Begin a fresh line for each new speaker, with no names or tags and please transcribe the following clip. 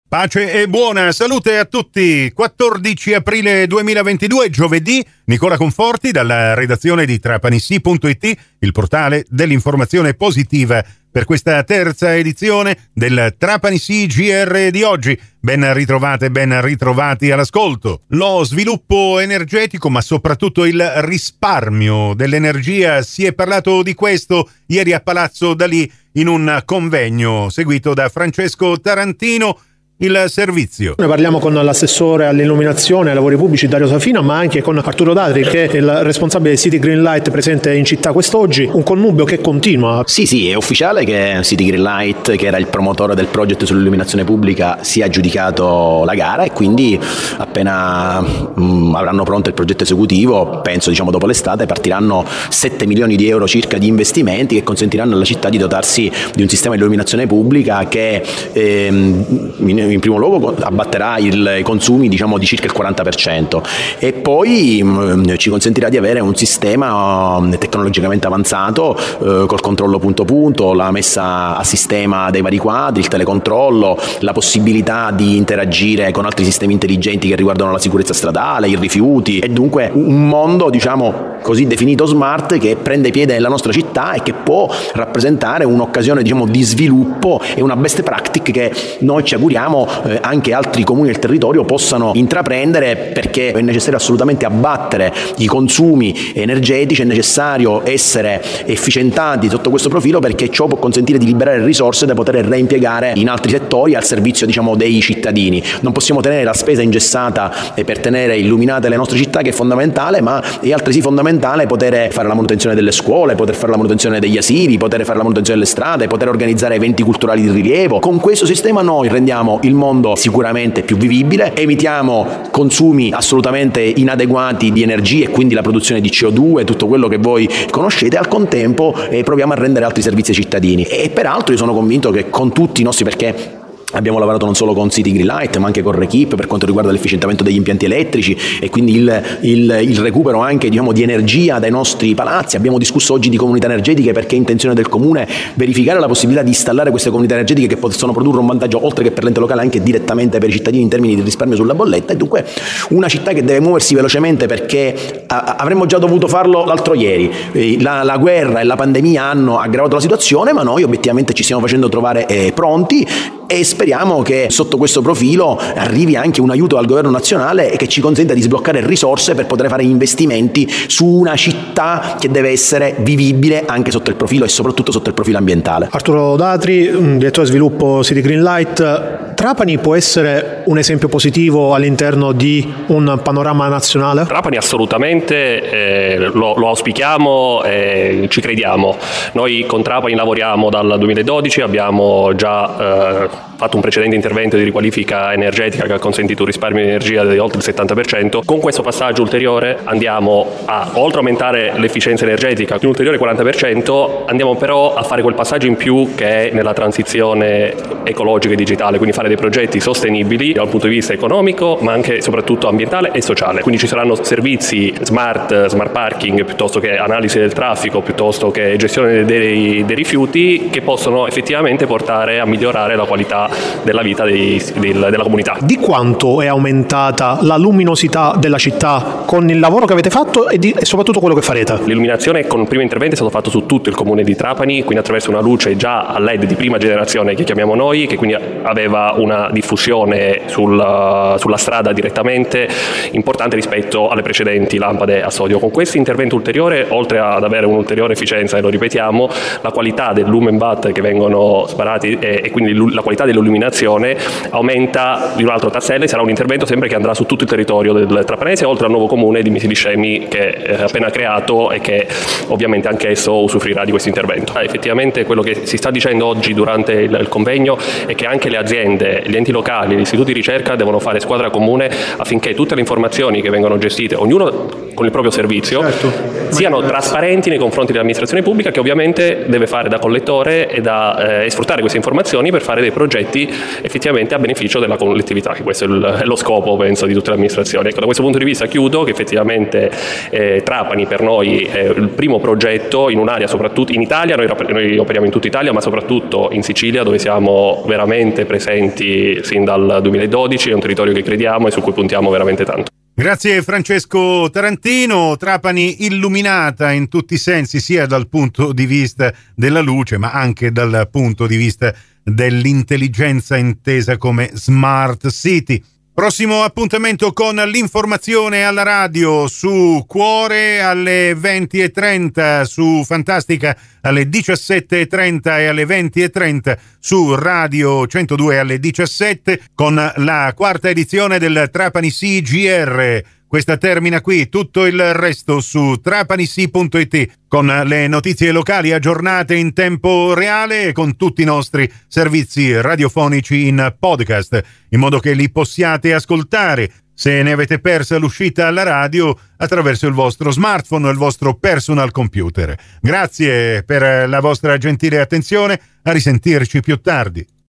Pace e buona salute a tutti. 14 aprile 2022, giovedì. Nicola Conforti dalla redazione di trapanissi.it, il portale dell'informazione positiva, per questa terza edizione del Trapanissi GR di oggi. Ben ritrovate, ben ritrovati all'ascolto. Lo sviluppo energetico, ma soprattutto il risparmio dell'energia, si è parlato di questo ieri a Palazzo Dalì in un convegno seguito da Francesco Tarantino. Il servizio.
Noi parliamo con l'assessore all'illuminazione e ai lavori pubblici Dario Safina, ma anche con Arturo Datri, che è il responsabile di City Greenlight presente in città quest'oggi. Un connubio che continua.
Sì, è ufficiale che City Greenlight, che era il promotore del progetto sull'illuminazione pubblica, si è aggiudicato la gara e quindi appena avranno pronto il progetto esecutivo, penso dopo l'estate, partiranno 7 milioni di euro circa di investimenti che consentiranno alla città di dotarsi di un sistema di illuminazione pubblica che in primo luogo abbatterà i consumi di circa il 40% e poi ci consentirà di avere un sistema tecnologicamente avanzato col controllo punto punto, la messa a sistema dei vari quadri, il telecontrollo, la possibilità di interagire con altri sistemi intelligenti che riguardano la sicurezza stradale, i rifiuti, e dunque un mondo così definito smart che prende piede nella nostra città e che può rappresentare un'occasione di sviluppo e una best practice che noi ci auguriamo anche altri comuni del territorio possano intraprendere, perché è necessario assolutamente abbattere i consumi energetici, è necessario essere efficientati sotto questo profilo, perché ciò può consentire di liberare risorse da poter reimpiegare in altri settori al servizio dei cittadini. Non possiamo tenere la spesa ingessata per tenere illuminate le nostre città, che è fondamentale, ma è altresì fondamentale poter fare la manutenzione delle scuole, poter fare la manutenzione degli asili, poter fare la manutenzione delle strade, poter organizzare eventi culturali di rilievo. Con questo sistema noi rendiamo il mondo sicuramente più vivibile, evitiamo consumi assolutamente inadeguati di energia e quindi la produzione di CO2 e tutto quello che voi conoscete, al contempo proviamo a rendere altri servizi ai cittadini. E peraltro io sono convinto che con tutti i nostri, perché abbiamo lavorato non solo con City Greenlight ma anche con Rekip per quanto riguarda l'efficientamento degli impianti elettrici e quindi il recupero anche di energia dai nostri palazzi. Abbiamo discusso oggi di comunità energetiche, perché è intenzione del comune verificare la possibilità di installare queste comunità energetiche che possono produrre un vantaggio oltre che per l'ente locale anche direttamente per i cittadini in termini di risparmio sulla bolletta. E dunque una città che deve muoversi velocemente, perché avremmo già dovuto farlo l'altro ieri. La guerra e la pandemia hanno aggravato la situazione, ma noi obiettivamente ci stiamo facendo trovare pronti e speriamo che sotto questo profilo arrivi anche un aiuto dal governo nazionale e che ci consenta di sbloccare risorse per poter fare investimenti su una città che deve essere vivibile anche sotto il profilo e soprattutto sotto il profilo ambientale.
Arturo Datri, direttore sviluppo City Greenlight. Trapani può essere un esempio positivo all'interno di un panorama nazionale?
Trapani assolutamente, lo auspichiamo e ci crediamo. Noi con Trapani lavoriamo dal 2012, abbiamo già fatto un precedente intervento di riqualifica energetica che ha consentito un risparmio di energia di oltre il 70%. Con questo passaggio ulteriore andiamo a, oltre a aumentare l'efficienza energetica di un ulteriore 40%, andiamo però a fare quel passaggio in più che è nella transizione ecologica e digitale, quindi fare dei progetti sostenibili dal punto di vista economico ma anche e soprattutto ambientale e sociale. Quindi ci saranno servizi smart parking, piuttosto che analisi del traffico, piuttosto che gestione dei rifiuti, che possono effettivamente portare a migliorare la qualità della vita della comunità.
Di quanto è aumentata la luminosità della città con il lavoro che avete fatto e soprattutto quello che farete?
L'illuminazione con il primo intervento è stato fatto su tutto il comune di Trapani, quindi attraverso una luce già a LED di prima generazione che chiamiamo noi, che quindi aveva una diffusione sulla strada direttamente importante rispetto alle precedenti lampade a sodio. Con questo intervento ulteriore, oltre ad avere un'ulteriore efficienza, e lo ripetiamo, la qualità del lumen watt che vengono sparati e quindi la qualità dell'illuminazione aumenta di un altro tassello. Sarà un intervento sempre che andrà su tutto il territorio del Trapanese, oltre al nuovo comune di Misiliscemi che è appena creato e che ovviamente anch'esso usufruirà di questo intervento. Effettivamente quello che si sta dicendo oggi durante il convegno è che anche le aziende, gli enti locali, gli istituti di ricerca devono fare squadra comune affinché tutte le informazioni che vengono gestite, ognuno con il proprio servizio, siano trasparenti nei confronti dell'amministrazione pubblica, che ovviamente deve fare da collettore e sfruttare queste informazioni per fare dei progetti effettivamente a beneficio della collettività, che questo è lo scopo, penso, di tutte le amministrazioni. Ecco, da questo punto di vista chiudo che effettivamente Trapani per noi è il primo progetto in un'area, soprattutto in Italia, noi operiamo in tutta Italia, ma soprattutto in Sicilia, dove siamo veramente presenti sin dal 2012, è un territorio che crediamo e su cui puntiamo veramente tanto.
Grazie Francesco Tarantino. Trapani illuminata in tutti i sensi, sia dal punto di vista della luce ma anche dal punto di vista dell'intelligenza intesa come Smart City. Prossimo appuntamento con l'informazione alla radio su Cuore alle 20:30, su Fantastica alle 17:30 e alle 20:30, su Radio 102 alle 17, con la quarta edizione del Trapani CGR. Questa termina qui, tutto il resto su trapanisi.it, con le notizie locali aggiornate in tempo reale e con tutti i nostri servizi radiofonici in podcast, in modo che li possiate ascoltare, se ne avete persa l'uscita alla radio, attraverso il vostro smartphone o il vostro personal computer. Grazie per la vostra gentile attenzione, a risentirci più tardi.